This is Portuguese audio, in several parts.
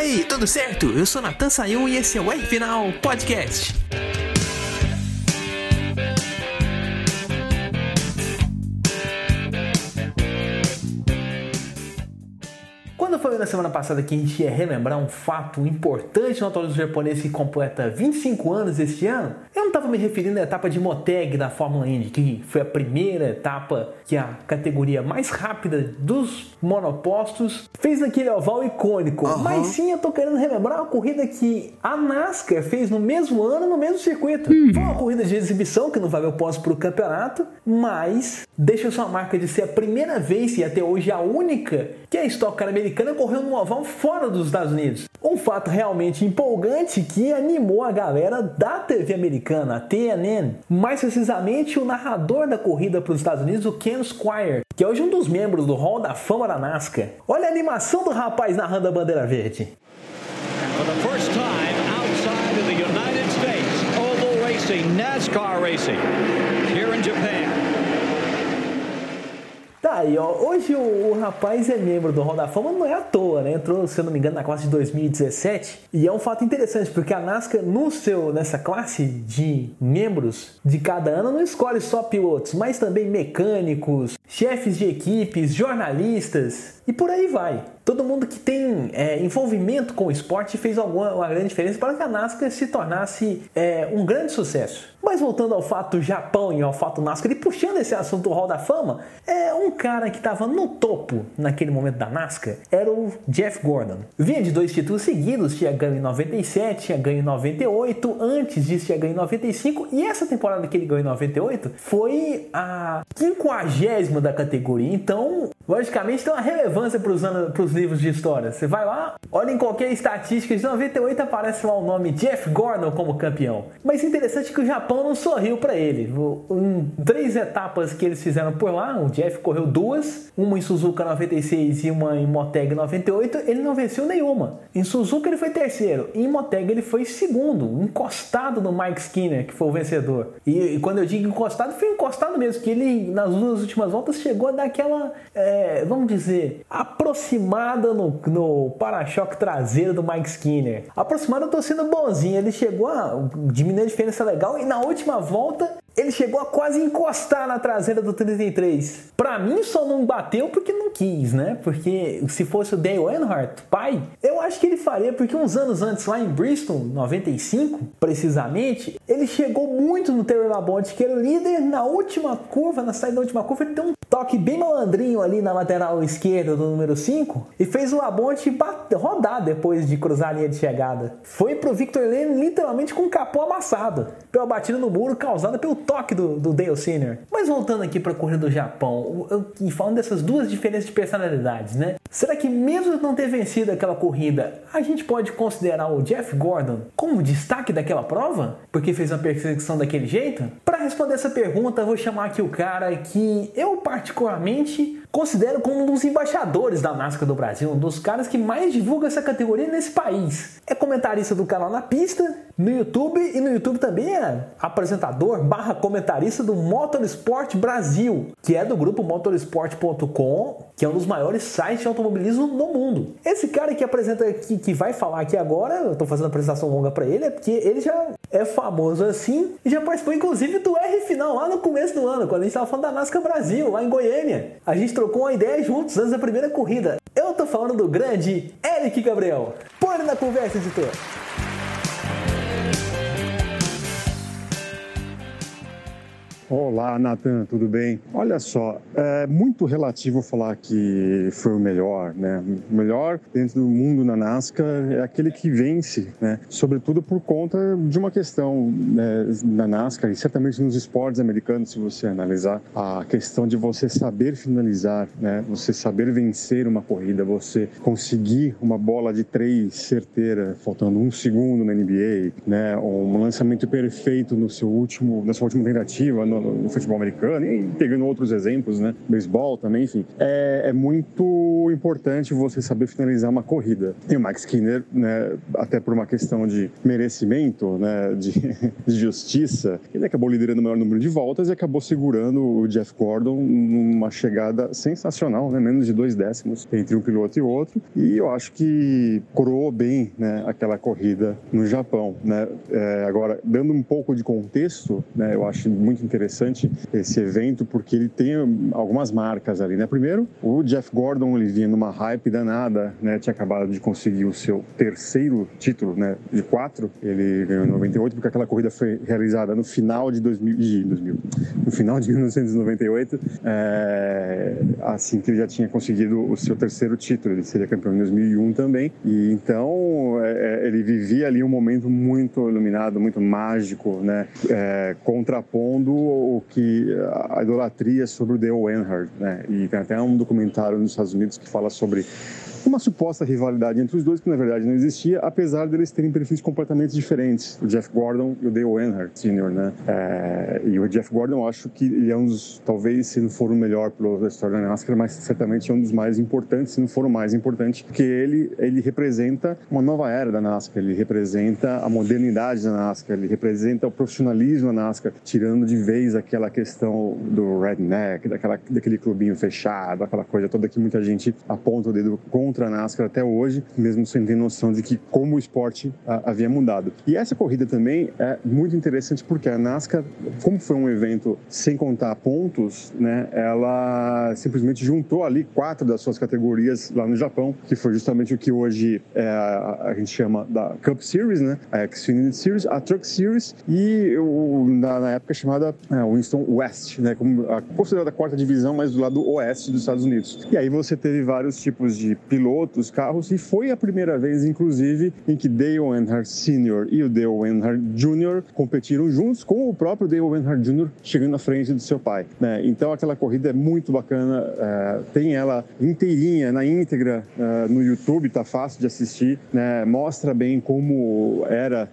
aí, tudo certo? Eu sou Nathan Sayun e esse é o R-Final Podcast. Quando foi na semana passada que a gente ia relembrar um fato importante no automobilismo japonês que completa 25 anos este ano, eu não estava me referindo à etapa de Motegi da Fórmula Indy, que foi a primeira etapa que a categoria mais rápida dos monopostos fez naquele oval icônico, mas sim eu tô querendo relembrar uma corrida que a NASCAR fez no mesmo ano, no mesmo circuito. Foi uma corrida de exibição que não valeu pontos para o campeonato, mas deixa sua marca de ser a primeira vez e até hoje a única que a Stock Car americana correu num oval fora dos Estados Unidos. Um fato realmente empolgante que animou a galera da TV americana, a TNN. Mais precisamente, o narrador da corrida para os Estados Unidos, o Ken Squire, que é hoje um dos membros do Hall da Fama da NASCAR. Olha a animação do rapaz narrando a bandeira verde. For the first time outside of the United States, oval racing, NASCAR racing, here in Japan. Tá aí, ó. Hoje o rapaz é membro do Hall da Fama, não é à toa, né? Entrou, se eu não me engano, na classe de 2017. E é um fato interessante, porque a NASCAR, nessa classe de membros de cada ano, não escolhe só pilotos, mas também mecânicos, chefes de equipes, jornalistas e por aí vai. Todo mundo que tem envolvimento com o esporte fez uma grande diferença para que a NASCAR se tornasse um grande sucesso. Mas voltando ao fato Japão e ao fato NASCAR, e puxando esse assunto do Hall da Fama, um cara que estava no topo naquele momento da NASCAR era o Jeff Gordon. Vinha de 2 títulos seguidos, tinha ganho em 97, tinha ganho em 98, antes disso tinha ganho em 95, e essa temporada que ele ganhou em 98 foi a 50ª da categoria. Então, logicamente, tem uma relevância para os livros de história. Você vai lá, olha em qualquer estatística de 98, aparece lá o nome Jeff Gordon como campeão. Mas interessante que o Japão não sorriu para ele. Em 3 etapas que eles fizeram por lá, o Jeff correu 2, uma em Suzuka 96 e uma em Motegi 98, ele não venceu nenhuma. Em Suzuka ele foi terceiro, em Motegi ele foi segundo, encostado no Mike Skinner, que foi o vencedor. E quando eu digo encostado, foi encostado mesmo, que ele nas 2 últimas voltas chegou a dar aquela, vamos dizer, aproximada no para-choque traseiro do Mike Skinner. Aproximada, eu tô sendo bonzinho, ele chegou a diminuir a diferença legal e na última volta ele chegou a quase encostar na traseira do 33. Pra mim só não bateu porque não quis, né? Porque se fosse o Dale Earnhardt, pai, eu acho que ele faria, porque uns anos antes, lá em Bristol, 95, precisamente, ele chegou muito no Terry Labonte, que era o líder na última curva, na saída da última curva, ele deu um toque bem malandrinho ali na lateral esquerda do número 5 e fez o Labonte rodar depois de cruzar a linha de chegada. Foi pro Victor Lane literalmente com o capô amassado, pela batida no muro causada pelo toque do Dale Sr. Mas voltando aqui para a corrida do Japão, e falando dessas 2 diferenças de personalidades, né? Será que mesmo não ter vencido aquela corrida, a gente pode considerar o Jeff Gordon como destaque daquela prova? Porque fez uma perseguição daquele jeito? Para responder essa pergunta, eu vou chamar aqui o cara que eu particularmente considero como um dos embaixadores da NASCAR do Brasil, um dos caras que mais divulga essa categoria nesse país. É comentarista do canal Na Pista, no YouTube, e no YouTube também é apresentador / comentarista do Motorsport Brasil, que é do grupo motorsport.com, que é um dos maiores sites de automobilismo no mundo. Esse cara que apresenta aqui, que vai falar aqui agora, eu tô fazendo uma apresentação longa pra ele, é porque ele já é famoso assim e já participou inclusive do R-Final lá no começo do ano, quando a gente tava falando da NASCAR Brasil, lá em Goiânia. A gente trocou uma ideia juntos antes da primeira corrida. Eu tô falando do grande Eric Gabriel. Põe ele na conversa, editor. Olá, Nathan, tudo bem? Olha só, é muito relativo falar que foi o melhor, né? O melhor dentro do mundo na NASCAR é aquele que vence, né? Sobretudo por conta de uma questão, né, na NASCAR e certamente nos esportes americanos, se você analisar, a questão de você saber finalizar, né? Você saber vencer uma corrida, você conseguir uma bola de 3 certeira, faltando 1 segundo na NBA, né? Um lançamento perfeito na sua última tentativa, no futebol americano, e pegando outros exemplos, né? Beisebol também, enfim. É muito importante você saber finalizar uma corrida. E o Mike Skinner, né, até por uma questão de merecimento, né, de justiça, ele acabou liderando o maior número de voltas e acabou segurando o Jeff Gordon numa chegada sensacional, né, menos de 2 décimos entre um piloto e outro. E eu acho que coroou bem, né, aquela corrida no Japão, né? Agora, dando um pouco de contexto, né, eu acho muito interessante esse evento porque ele tem algumas marcas ali, né? Primeiro, o Jeff Gordon, ele vinha numa hype danada, né? Tinha acabado de conseguir o seu terceiro título, né, de 4. Ele ganhou em 98 porque aquela corrida foi realizada no final de 2000, no final de 1998, assim que ele já tinha conseguido o seu terceiro título. Ele seria campeão em 2001 também. E então ele vivia ali um momento muito iluminado, muito mágico, né? Contrapondo o que a idolatria sobre o Dale Earnhardt, né? E tem até um documentário nos Estados Unidos que fala sobre uma suposta rivalidade entre os dois, que na verdade não existia, apesar deles terem perfis completamente diferentes, o Jeff Gordon e o Dale Earnhardt Sr., né? E o Jeff Gordon, eu acho que ele é um dos, talvez se não for o melhor piloto da história da NASCAR, mas certamente é um dos mais importantes, se não for o mais importante, porque ele representa uma nova era da NASCAR, ele representa a modernidade da NASCAR, ele representa o profissionalismo da NASCAR, tirando de vez aquela questão do redneck, daquele clubinho fechado, aquela coisa toda que muita gente aponta o dedo contra a NASCAR até hoje, mesmo sem ter noção de que como o esporte havia mudado. E essa corrida também é muito interessante porque a NASCAR, como foi um evento sem contar pontos, né, ela simplesmente juntou ali 4 das suas categorias lá no Japão, que foi justamente o que hoje a gente chama da Cup Series, né, a Xfinity Series, a Truck Series e na época chamada Winston West, né, como considerada a 4ª divisão, mas do lado oeste dos Estados Unidos. E aí você teve vários tipos de pilotos, carros, e foi a primeira vez, inclusive, em que Dale Earnhardt Sr. e o Dale Earnhardt Jr. competiram juntos, com o próprio Dale Earnhardt Jr. chegando à frente do seu pai, né? Então aquela corrida é muito bacana, tem ela inteirinha, na íntegra, no YouTube, tá fácil de assistir, né? Mostra bem como era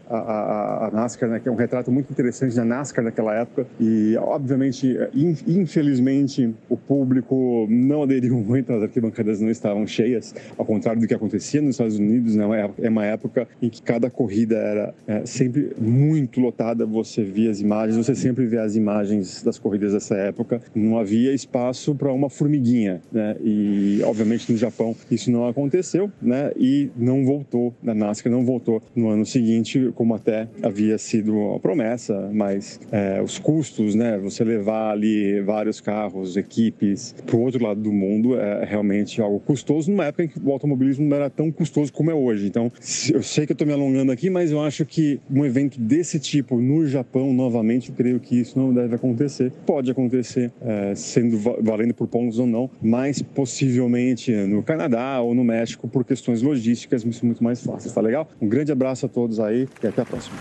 a NASCAR, né? Que é um retrato muito interessante da NASCAR naquela época e, obviamente, infelizmente, o público não aderiu muito, as arquibancadas não estavam cheias, ao contrário do que acontecia nos Estados Unidos, né? É uma época em que cada corrida era sempre muito lotada, você via as imagens, você sempre vê as imagens das corridas dessa época, não havia espaço para uma formiguinha, né? E, obviamente, no Japão isso não aconteceu, né? E não voltou, na NASCAR não voltou no ano seguinte, como até havia sido a promessa, mas os custos, né? Você levar ali vários carros, equipes para o outro lado do mundo é realmente algo custoso, numa época em que o automobilismo não era tão custoso como é hoje. Então, eu sei que eu estou me alongando aqui, mas eu acho que um evento desse tipo no Japão, novamente, eu creio que isso não deve acontecer. Pode acontecer, valendo por pontos ou não, mas possivelmente no Canadá ou no México, por questões logísticas, isso é muito mais fácil. Tá legal? Um grande abraço a todos aí e até a próxima.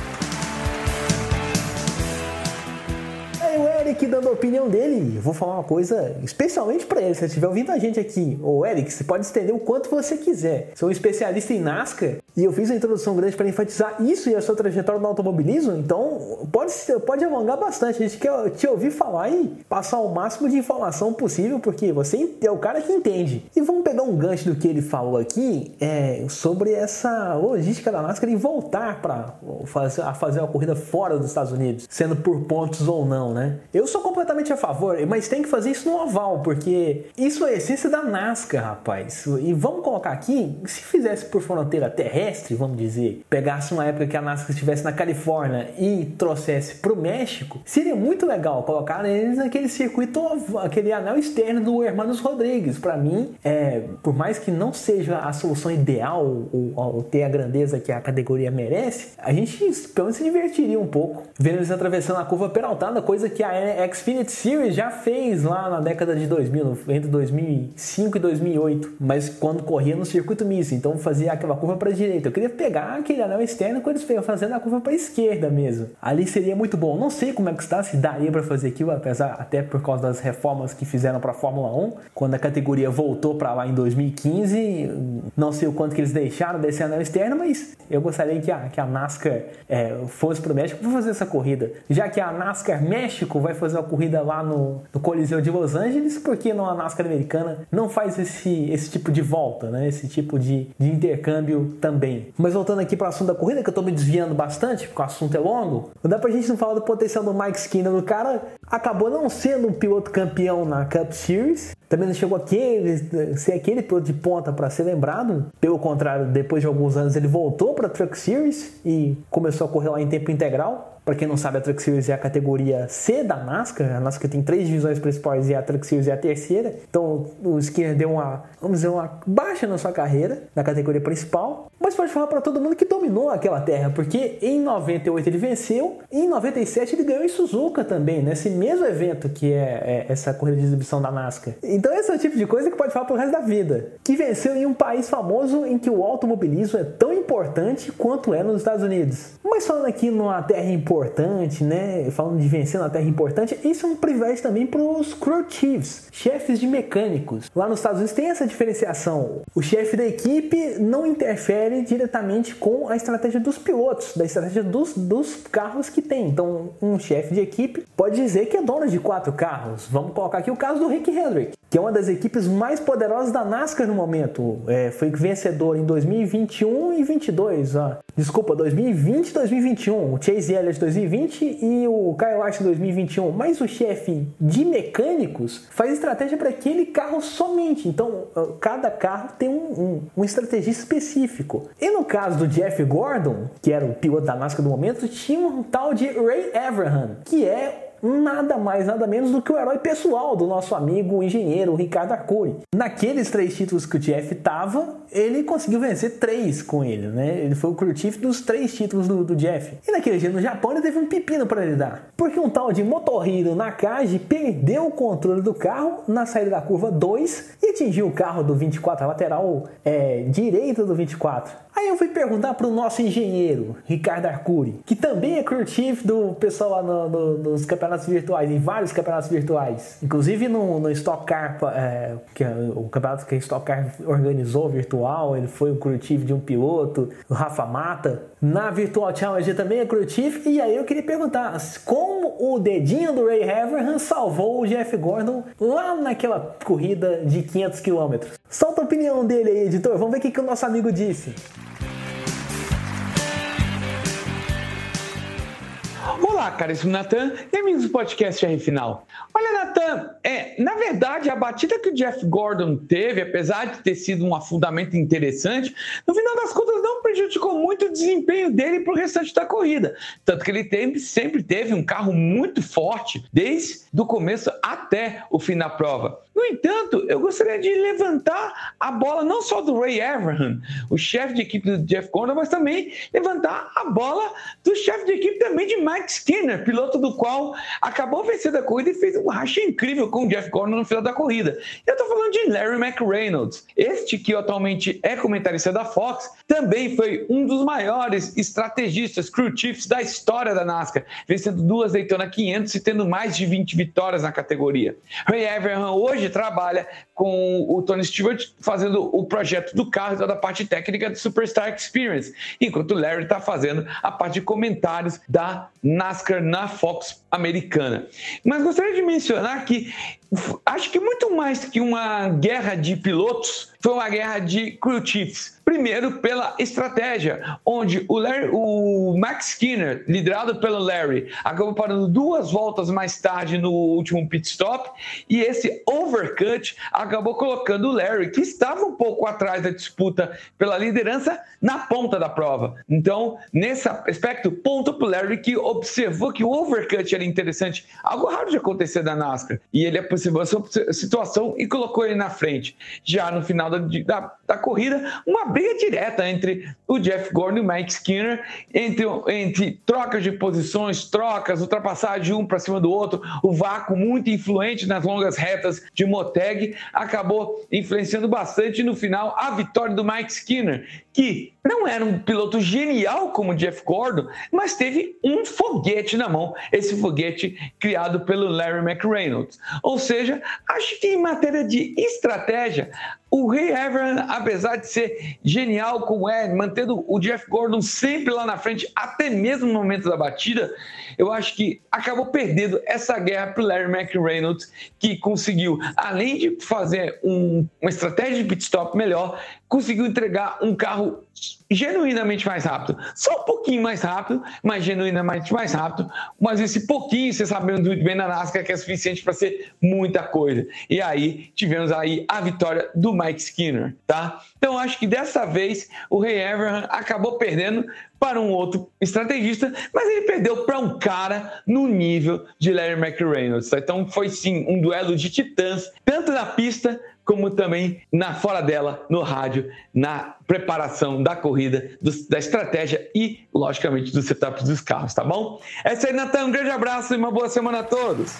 Eric dando a opinião dele, vou falar uma coisa especialmente para ele, se você estiver ouvindo a gente aqui. Ô Eric, você pode estender o quanto você quiser. Sou um especialista em NASCAR e eu fiz uma introdução grande para enfatizar isso e a sua trajetória no automobilismo, então pode alongar bastante. A gente quer te ouvir falar e passar o máximo de informação possível, porque você é o cara que entende. E vamos pegar um gancho do que ele falou aqui sobre essa logística da NASCAR e voltar para fazer uma corrida fora dos Estados Unidos, sendo por pontos ou não, né? Eu sou completamente a favor, mas tem que fazer isso no oval, porque isso é a essência da NASCAR, rapaz. E vamos colocar aqui, se fizesse por fronteira terrestre, vamos dizer, pegasse uma época que a NASCAR estivesse na Califórnia e trouxesse pro México, seria muito legal colocar eles naquele circuito, aquele anel externo do Hermanos Rodrigues. Para mim, por mais que não seja a solução ideal ou ter a grandeza que a categoria merece, a gente pelo menos se divertiria um pouco vendo eles atravessando a curva peraltada, coisa que a né? A Xfinity Series já fez lá na década de 2000, entre 2005 e 2008, mas quando corria no circuito misto, então fazia aquela curva para a direita. Eu queria pegar aquele anel externo quando eles fazendo a curva para a esquerda mesmo. Ali seria muito bom. Não sei como é que está, se daria para fazer aquilo, apesar até por causa das reformas que fizeram para a Fórmula 1, quando a categoria voltou para lá em 2015. Não sei o quanto que eles deixaram desse anel externo, mas eu gostaria que a NASCAR fosse para o México para fazer essa corrida. Já que a NASCAR México vai fazer uma corrida lá no Coliseu de Los Angeles, por que não a NASCAR americana não faz esse tipo de volta, né? Esse tipo de intercâmbio também. Mas voltando aqui para o assunto da corrida, que eu estou me desviando bastante, porque o assunto é longo, não dá pra gente não falar do potencial do Mike Skinner. O cara acabou não sendo um piloto campeão na Cup Series, também não chegou a ser aquele piloto de ponta para ser lembrado. Pelo contrário, depois de alguns anos ele voltou para a Truck Series e começou a correr lá em tempo integral. Para quem não sabe, a Truck Series é a categoria C da NASCAR. A NASCAR tem 3 divisões principais e a Truck Series é a terceira. Então o Skinner deu uma baixa na sua carreira, na categoria principal. Mas pode falar para todo mundo que dominou aquela terra, porque em 98 ele venceu e em 97 ele ganhou em Suzuka também, nesse mesmo evento que é essa corrida de exibição da NASCAR. Então esse é o tipo de coisa que pode falar pro resto da vida. Que venceu em um país famoso em que o automobilismo é tão importante quanto é nos Estados Unidos. Mas falando aqui numa terra importante, né? Falando de vencer na terra importante, isso é um privilégio também para os crew chiefs, chefes de mecânicos. Lá nos Estados Unidos tem essa diferenciação. O chefe da equipe não interfere diretamente com a estratégia dos pilotos, da estratégia dos carros que tem. Então, um chefe de equipe pode dizer que é dono de 4 carros. Vamos colocar aqui o caso do Rick Hendrick, que é uma das equipes mais poderosas da NASCAR no momento. Foi vencedor em 2021 e 22. 2020 e 2021. O Chase Elliott 2020 e o Kyle Larson 2021. Mas o chefe de mecânicos faz estratégia para aquele carro somente. Então, cada carro tem um estrategista específico. E no caso do Jeff Gordon, que era o piloto da NASCAR do momento, tinha um tal de Ray Abraham, que é nada mais, nada menos do que o herói pessoal do nosso amigo engenheiro Ricardo Arcuri. Naqueles 3 títulos que o Jeff tava, ele conseguiu vencer 3 com ele, né? Ele foi o crew chief dos 3 títulos do Jeff. E naquele dia no Japão ele teve um pepino para lidar, porque um tal de Motohiro Nakagi perdeu o controle do carro na saída da curva 2 e atingiu o carro do 24, a lateral direita do 24. Aí eu fui perguntar para o nosso engenheiro, Ricardo Arcuri, que também é crew chief do pessoal lá nos campeonatos virtuais, em vários campeonatos virtuais. Inclusive no Stock Car, que é o campeonato que a Stock Car organizou virtual, ele foi o crew chief de um piloto, o Rafa Mata. Na Virtual Challenge também é crew chief. E aí eu queria perguntar, como o dedinho do Ray Abraham salvou o Jeff Gordon lá naquela corrida de 500 km? Solta a opinião dele aí, editor. Vamos ver o que o nosso amigo disse. Olá, caríssimo Natan e amigos do podcast R Final. Olha, Natan, na verdade, a batida que o Jeff Gordon teve, apesar de ter sido um afundamento interessante, no final das contas não prejudicou muito o desempenho dele para o restante da corrida. Tanto que ele sempre teve um carro muito forte, desde o começo até o fim da prova. No entanto, eu gostaria de levantar a bola não só do Ray Abraham, o chefe de equipe do Jeff Gordon, mas também levantar a bola do chefe de equipe também de Mike Skinner, piloto do qual acabou vencendo a corrida e fez um racha incrível com o Jeff Gordon no final da corrida. Eu estou falando de Larry McReynolds. Este que atualmente é comentarista da Fox, também foi um dos maiores estrategistas, crew chiefs da história da NASCAR, vencendo 2 Daytona 500 e tendo mais de 20 vitórias na categoria. Ray Abraham hoje trabalha com o Tony Stewart fazendo o projeto do carro e toda a parte técnica do Superstar Experience, enquanto o Larry está fazendo a parte de comentários da NASCAR na Fox americana. Mas gostaria de mencionar que acho que muito mais que uma guerra de pilotos, foi uma guerra de crew chiefs. Primeiro, pela estratégia, onde o Max Skinner, liderado pelo Larry, acabou parando 2 voltas mais tarde no último pit stop, e esse overcut acabou colocando o Larry, que estava um pouco atrás da disputa pela liderança, na ponta da prova. Então, nesse aspecto, ponto para o Larry, que observou que o overcut era interessante, algo raro de acontecer na NASCAR, e ele observou essa situação e colocou ele na frente. Já no final da corrida, uma briga direta entre o Jeff Gordon e o Mike Skinner, entre trocas de posições, trocas, ultrapassagem de um para cima do outro, o vácuo muito influente nas longas retas de Motegi acabou influenciando bastante no final a vitória do Mike Skinner, que não era um piloto genial como o Jeff Gordon, mas teve um foguete na mão, esse foguete criado pelo Larry McReynolds. Ou seja, acho que em matéria de estratégia, o Ray Evernham, apesar de ser genial como é, mantendo o Jeff Gordon sempre lá na frente, até mesmo no momento da batida, eu acho que acabou perdendo essa guerra para o Larry McReynolds, que conseguiu, além de fazer uma estratégia de pit stop melhor, conseguiu entregar um carro genuinamente mais rápido. Só um pouquinho mais rápido, mas genuinamente mais rápido. Mas esse pouquinho, você sabe muito bem na NASCAR, que é suficiente para ser muita coisa. E aí, tivemos aí a vitória do Mike Skinner, tá? Então, acho que dessa vez o Ray Evernham acabou perdendo para um outro estrategista, mas ele perdeu para um cara no nível de Larry McReynolds, tá? Então, foi sim um duelo de titãs, tanto na pista como também fora dela, no rádio, na preparação da corrida, da estratégia e, logicamente, dos setups dos carros, tá bom? É isso aí, Natan, um grande abraço e uma boa semana a todos!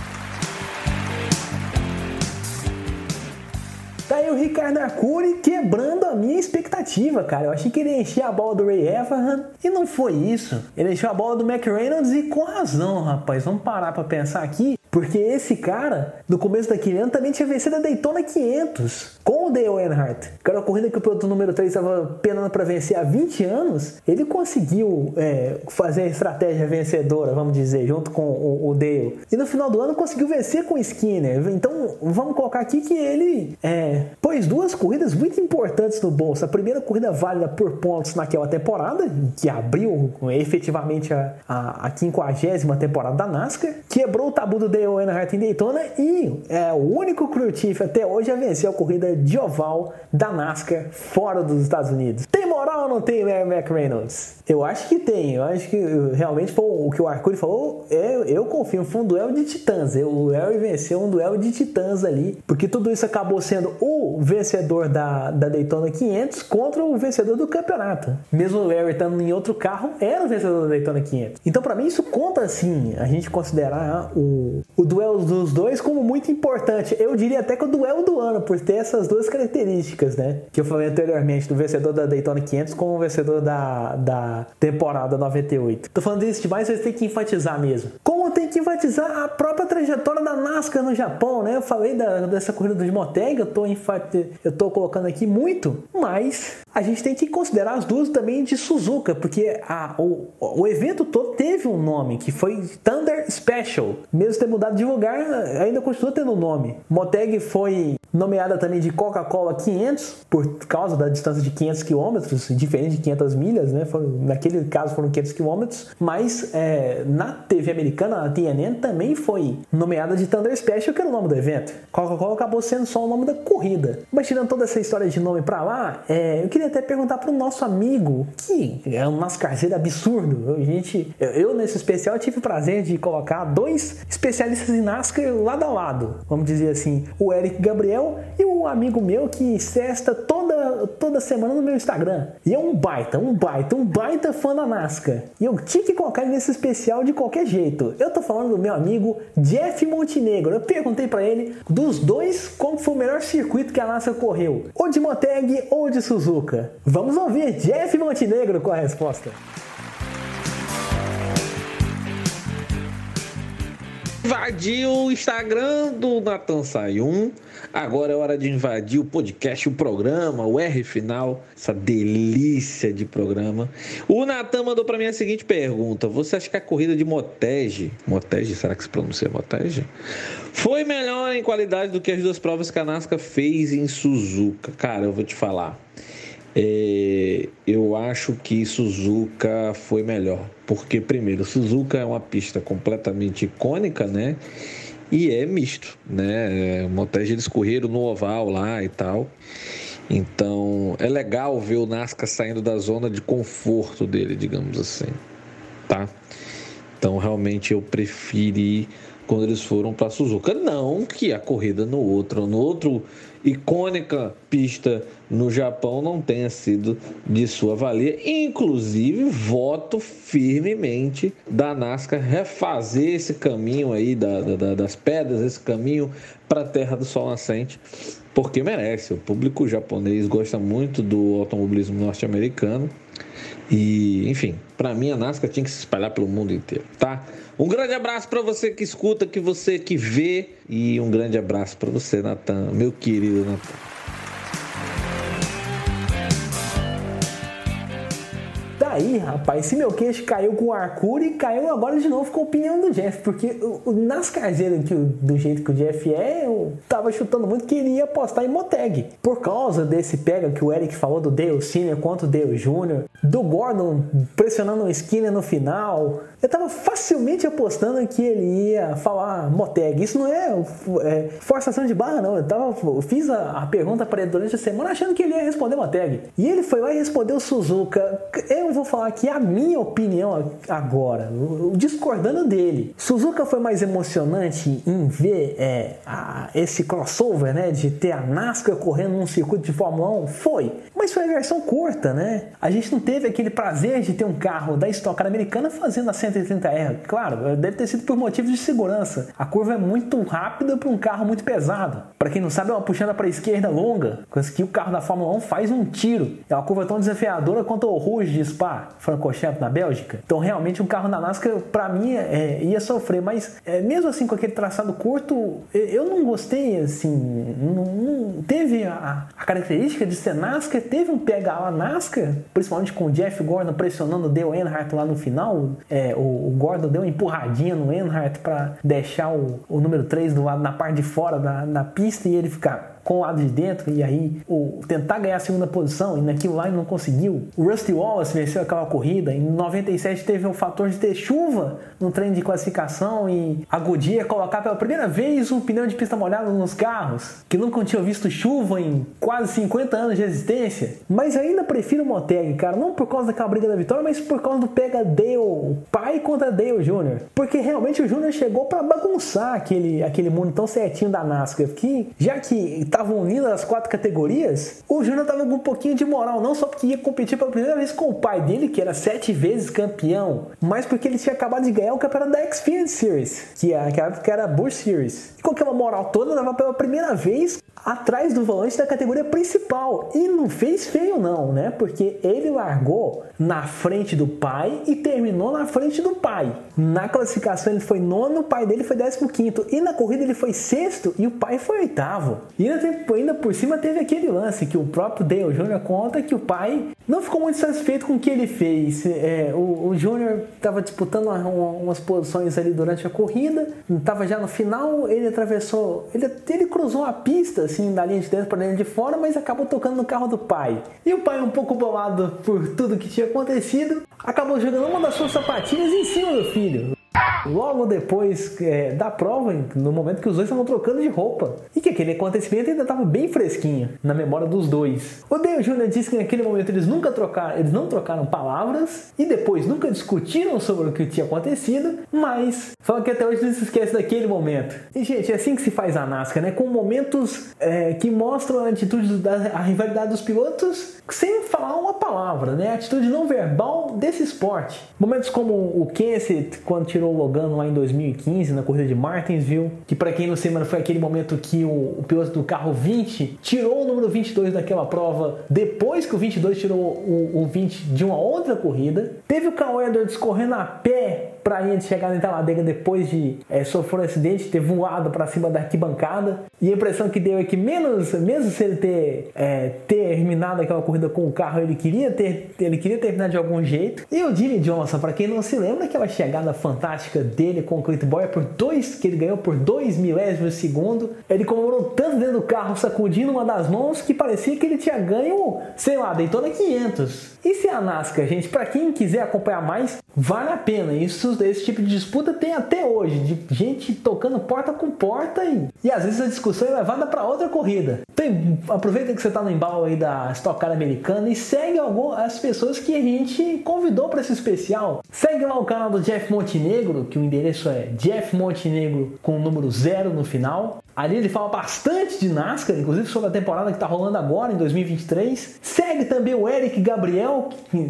Tá aí o Ricardo Arcuri quebrando a minha expectativa, cara. Eu achei que ele ia encher a bola do Ray Evernham e não foi isso. Ele encheu a bola do McReynolds e com razão, rapaz. Vamos parar pra pensar aqui. Porque esse cara, no começo daquele ano, também tinha vencido a Daytona 500 com o Dale Earnhardt. Que era uma corrida que o piloto número 3 estava penando para vencer há 20 anos. Ele conseguiu fazer a estratégia vencedora, vamos dizer, junto com o Dale. E no final do ano conseguiu vencer com o Skinner. Então, vamos colocar aqui que ele pôs duas corridas muito importantes no bolso. A primeira corrida válida por pontos naquela temporada, que abriu efetivamente a 50ª temporada da NASCAR. Quebrou o tabu do Dale Earnhardt em Daytona e é o único crew chief até hoje a vencer a corrida de oval da NASCAR fora dos Estados Unidos. Tem moral ou não tem, Larry McReynolds? Eu acho que tem. Eu acho que realmente foi o que o Arcuri falou. Eu confio. Foi um duelo de titãs. O Larry venceu um duelo de titãs ali, porque tudo isso acabou sendo o vencedor da Daytona 500 contra o vencedor do campeonato. Mesmo o Larry estando em outro carro, era o vencedor da Daytona 500. Então, para mim, isso conta assim, a gente considerar o duelo dos dois como muito importante. Eu diria até que o duelo do ano, por ter essas duas características, né? Que eu falei anteriormente, do vencedor da Daytona 500 como o vencedor da temporada 98. Tô falando isso demais, vocês têm que enfatizar mesmo. Como tem que enfatizar a própria trajetória da NASCAR no Japão, né? Eu falei dessa corrida do Motegi, eu tô colocando aqui muito, mas a gente tem que considerar as duas também de Suzuka, porque o evento todo teve um nome, que foi Thunder Special. Mesmo ter mudado de lugar, ainda continua tendo um nome. Motegi foi nomeada também de Coca-Cola 500, por causa da distância de 500 km, diferente de 500 milhas, né? Naquele caso foram 500 km, mas na TV americana, a TNN, também foi nomeada de Thunder Special, que era o nome do evento. Coca-Cola acabou sendo só o nome da corrida. Mas tirando toda essa história de nome pra lá, eu queria até perguntar pro nosso amigo, que é um NASCARzeiro absurdo. Eu nesse especial tive o prazer de colocar dois especialistas em NASCAR lado a lado, vamos dizer assim, o Eric Gabriel e um amigo meu que cesta toda semana no meu Instagram. E é um baita fã da NASCAR. E eu tinha que colocar ele nesse especial de qualquer jeito. Eu tô falando do meu amigo Jeff Montenegro. Eu perguntei pra ele, dos dois, qual foi o melhor circuito que a NASCAR correu? Ou de Motegi ou de Suzuka? Vamos ouvir Jeff Montenegro com a resposta. Invadiu o Instagram do Natan Sayun. Agora é hora de invadir o podcast, o programa, o R Final, essa delícia de programa. O Natan mandou para mim a seguinte pergunta: você acha que a corrida de Motegi, será que se pronuncia Motegi? Foi melhor em qualidade do que as duas provas que a NASCAR fez em Suzuka? Cara, eu vou te falar. Eu acho que Suzuka foi melhor, porque primeiro, Suzuka é uma pista completamente icônica, né? E é misto, né? Motegi eles correram no oval lá e tal. Então é legal ver o NASCAR saindo da zona de conforto dele, digamos assim, tá? Então realmente eu preferi quando eles foram para Suzuka. Não que a corrida no outro icônica pista no Japão não tenha sido de sua valia. Inclusive, voto firmemente da NASCAR refazer esse caminho aí das pedras, esse caminho para a Terra do Sol Nascente, porque merece. O público japonês gosta muito do automobilismo norte-americano e, enfim, para mim a NASCAR tinha que se espalhar pelo mundo inteiro, tá? Um grande abraço para você que escuta, que você que vê, e um grande abraço para você, Natan, meu querido Natan. Aí, rapaz, se meu queixo caiu com o Arcuri, caiu agora de novo com a opinião do Jeff, porque o NASCARzeiro, do jeito que o Jeff eu tava chutando muito que ele ia apostar em Moteg. Por causa desse pega que o Eric falou do Dale Sr. contra o Dale Jr., do Gordon pressionando o Skinner no final, eu tava facilmente apostando que ele ia falar Moteg. Isso não é forçação de barra, não. Eu fiz a pergunta para ele durante a semana achando que ele ia responder Moteg. E ele foi lá e respondeu Suzuka. Eu vou falar aqui a minha opinião agora, discordando dele. Suzuka foi mais emocionante em ver esse crossover, né, de ter a NASCAR correndo num circuito de Fórmula 1? Foi, mas foi a versão curta, né? A gente não teve aquele prazer de ter um carro da Stock Car americana fazendo a 130R. Claro, deve ter sido por motivos de segurança. A curva é muito rápida para um carro muito pesado. Para quem não sabe, é uma puxada para a esquerda longa, que o carro da Fórmula 1 faz um tiro. É uma curva tão desafiadora quanto o Rouge de Spa, Francorchamps, na Bélgica. Então, realmente, um carro da NASCAR, para mim, ia sofrer. Mas, mesmo assim, com aquele traçado curto, eu não gostei, assim, não teve a característica de ser NASCAR, teve um pega lá NASCAR, principalmente com o Jeff Gordon pressionando o Dale Earnhardt lá no final. O Gordon deu uma empurradinha no Earnhardt para deixar o número 3 do lado, na parte de fora da pista, e ele ficar com o lado de dentro, e aí tentar ganhar a segunda posição, e naquilo lá ele não conseguiu. O Rusty Wallace venceu aquela corrida. Em 97 teve o fator de ter chuva no treino de classificação e a Goodyear colocar pela primeira vez um pneu de pista molhada nos carros, que nunca tinham visto chuva em quase 50 anos de existência. Mas ainda prefiro o Moteg, cara, não por causa daquela briga da vitória, mas por causa do pega Dale pai contra Dale Jr., porque realmente o Jr. chegou para bagunçar aquele mundo tão certinho da NASCAR, que já que estavam unidas as 4 categorias, o Júnior tava com um pouquinho de moral, não só porque ia competir pela primeira vez com o pai dele, que era 7 vezes campeão, mas porque ele tinha acabado de ganhar o campeonato da Xfinity Series, que era a Busch Series. E com aquela moral toda, tava pela primeira vez atrás do volante da categoria principal. E não fez feio não, né? Porque ele largou na frente do pai e terminou na frente do pai. Na classificação ele foi 9º, o pai dele foi 15º. E na corrida ele foi 6º e o pai foi 8º. E ainda por cima teve aquele lance que o próprio Dale Jr. conta que o pai não ficou muito satisfeito com o que ele fez. O Júnior estava disputando umas posições ali durante a corrida, estava já no final, ele atravessou, ele cruzou a pista assim, da linha de dentro para linha de fora, mas acabou tocando no carro do pai. E o pai, um pouco bolado por tudo que tinha acontecido, acabou jogando uma das suas sapatilhas em cima do filho. Logo depois da prova, no momento que os dois estavam trocando de roupa. E que aquele acontecimento ainda estava bem fresquinho na memória dos dois. O Dale Jr. disse que naquele momento eles não trocaram palavras e depois nunca discutiram sobre o que tinha acontecido, mas falam que até hoje não se esquece daquele momento. E, gente, é assim que se faz a NASCAR, né? Com momentos que mostram a atitude a rivalidade dos pilotos sem falar uma palavra, né? A atitude não verbal desse esporte. Momentos como o Kenseth, quando tirou o Logano lá em 2015 na corrida de Martinsville, que para quem não sabe, foi aquele momento que o piloto do carro 20 tirou o número 22 daquela prova depois que o 22 tirou o 20 de uma outra corrida. Teve o Carl Edwards correndo a pé para a linha de chegada em Talladega depois de sofrer um acidente, ter voado para cima da arquibancada. E a impressão que deu é que mesmo se ele ter terminado aquela corrida com o carro, ele queria terminar de algum jeito. E o Jimmy Johnson, para quem não se lembra, aquela chegada fantástica dele com o Clint Bowyer que ele ganhou por 2 milésimos de segundo, ele comemorou tanto dentro do carro, sacudindo uma das mãos, que parecia que ele tinha ganho, sei lá, Daytona 500. E se a NASCAR, gente, para quem quiser acompanhar mais, vale a pena. Esse tipo de disputa tem até hoje, de gente tocando porta com porta e às vezes a discussão é levada para outra corrida. Então aproveita que você tá no embalo aí da Stock Car americana e segue as pessoas que a gente convidou para esse especial. Segue lá o canal do Jeff Montenegro, que o endereço é Jeff Montenegro com o número 0 no final. Ali ele fala bastante de NASCAR, inclusive sobre a temporada que está rolando agora, em 2023. Segue também o Eric Gabriel,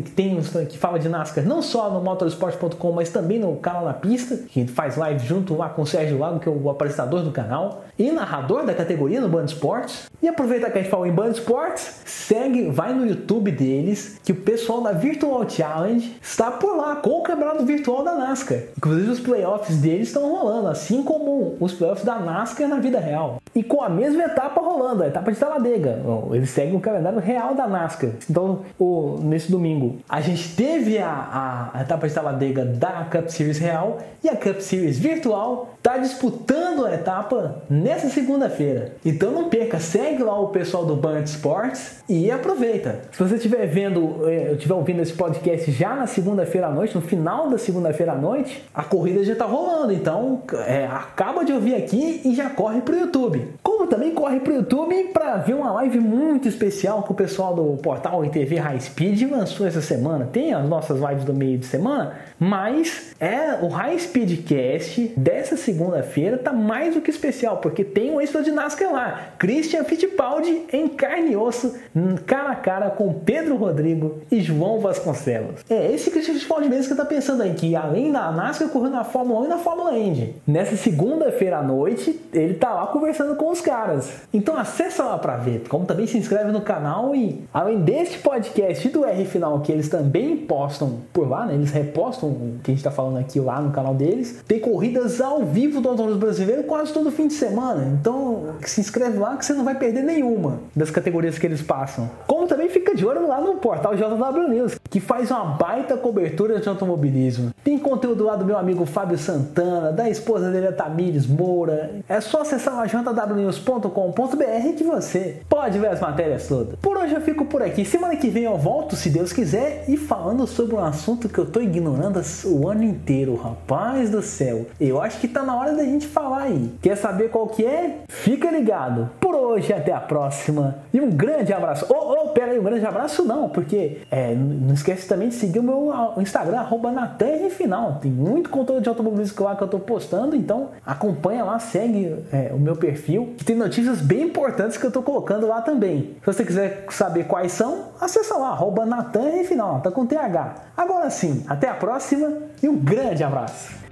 que fala de NASCAR não só no motorsport.com, mas também no canal Na Pista, que faz live junto lá com o Sérgio Lago, que é o apresentador do canal, e narrador da categoria no Band Esportes. E aproveita que a gente falou em Band Esportes, vai no YouTube deles, que o pessoal da Virtual Challenge está por lá, com o campeonato virtual da NASCAR. Inclusive os playoffs deles estão rolando, assim como os playoffs da NASCAR na vida real. E com a mesma etapa rolando, a etapa de Talladega. Eles seguem o calendário real da NASCAR. Então, nesse domingo, a gente teve a etapa de Talladega da Cup Series real e a Cup Series virtual está disputando a etapa nessa segunda-feira. Então não perca, segue lá o pessoal do Band Esportes e aproveita. Se você estiver ouvindo esse podcast já na segunda-feira à noite, no final da segunda-feira à noite, a corrida já está rolando. Então, acaba de ouvir aqui e já corre pro YouTube. Como também corre pro YouTube para ver uma live muito especial que o pessoal do portal ITV High Speed lançou essa semana. Tem as nossas lives do meio de semana, mas o High Speed Cast dessa segunda-feira tá mais do que especial, porque tem um extra de NASCAR lá. Christian Fittipaldi em carne e osso, cara a cara com Pedro Rodrigo e João Vasconcelos. Esse Christian Fittipaldi mesmo que tá pensando aí, que além da NASCAR, correu na Fórmula 1 e na Fórmula Indy. Nessa segunda-feira à noite, ele tá lá conversando com os caras. Então acessa lá pra ver, como também se inscreve no canal e além deste podcast e do R Final, que eles também postam por lá, né? Eles repostam o que a gente tá falando aqui lá no canal deles. Tem corridas ao vivo do automobilismo brasileiro quase todo fim de semana. Então se inscreve lá que você não vai perder nenhuma das categorias que eles passam. Como também fica de olho lá no portal JW News, que faz uma baita cobertura de automobilismo. Tem conteúdo lá do meu amigo Fábio Santana, da esposa dele, a Tamires Moura. É só acessar lá jwnews.com.br que você pode ver as matérias todas. Por hoje eu fico por aqui. Semana que vem eu volto, se Deus quiser, e falando sobre um assunto que eu tô ignorando o ano inteiro. Rapaz do céu, eu acho que tá na hora da gente falar aí. Quer saber qual que é? Fica ligado. Por hoje, até a próxima. E um grande abraço. Pera aí, um grande abraço não, porque não esquece também de seguir o meu Instagram, @NatanRFinal. Tem muito conteúdo de automobilismo lá que eu tô postando, então acompanha lá, segue o meu perfil, que tem notícias bem importantes que eu tô colocando lá também. Se você quiser saber quais são, acessa lá, @NatanRFinal, tá com TH. Agora sim, até a próxima e um grande abraço.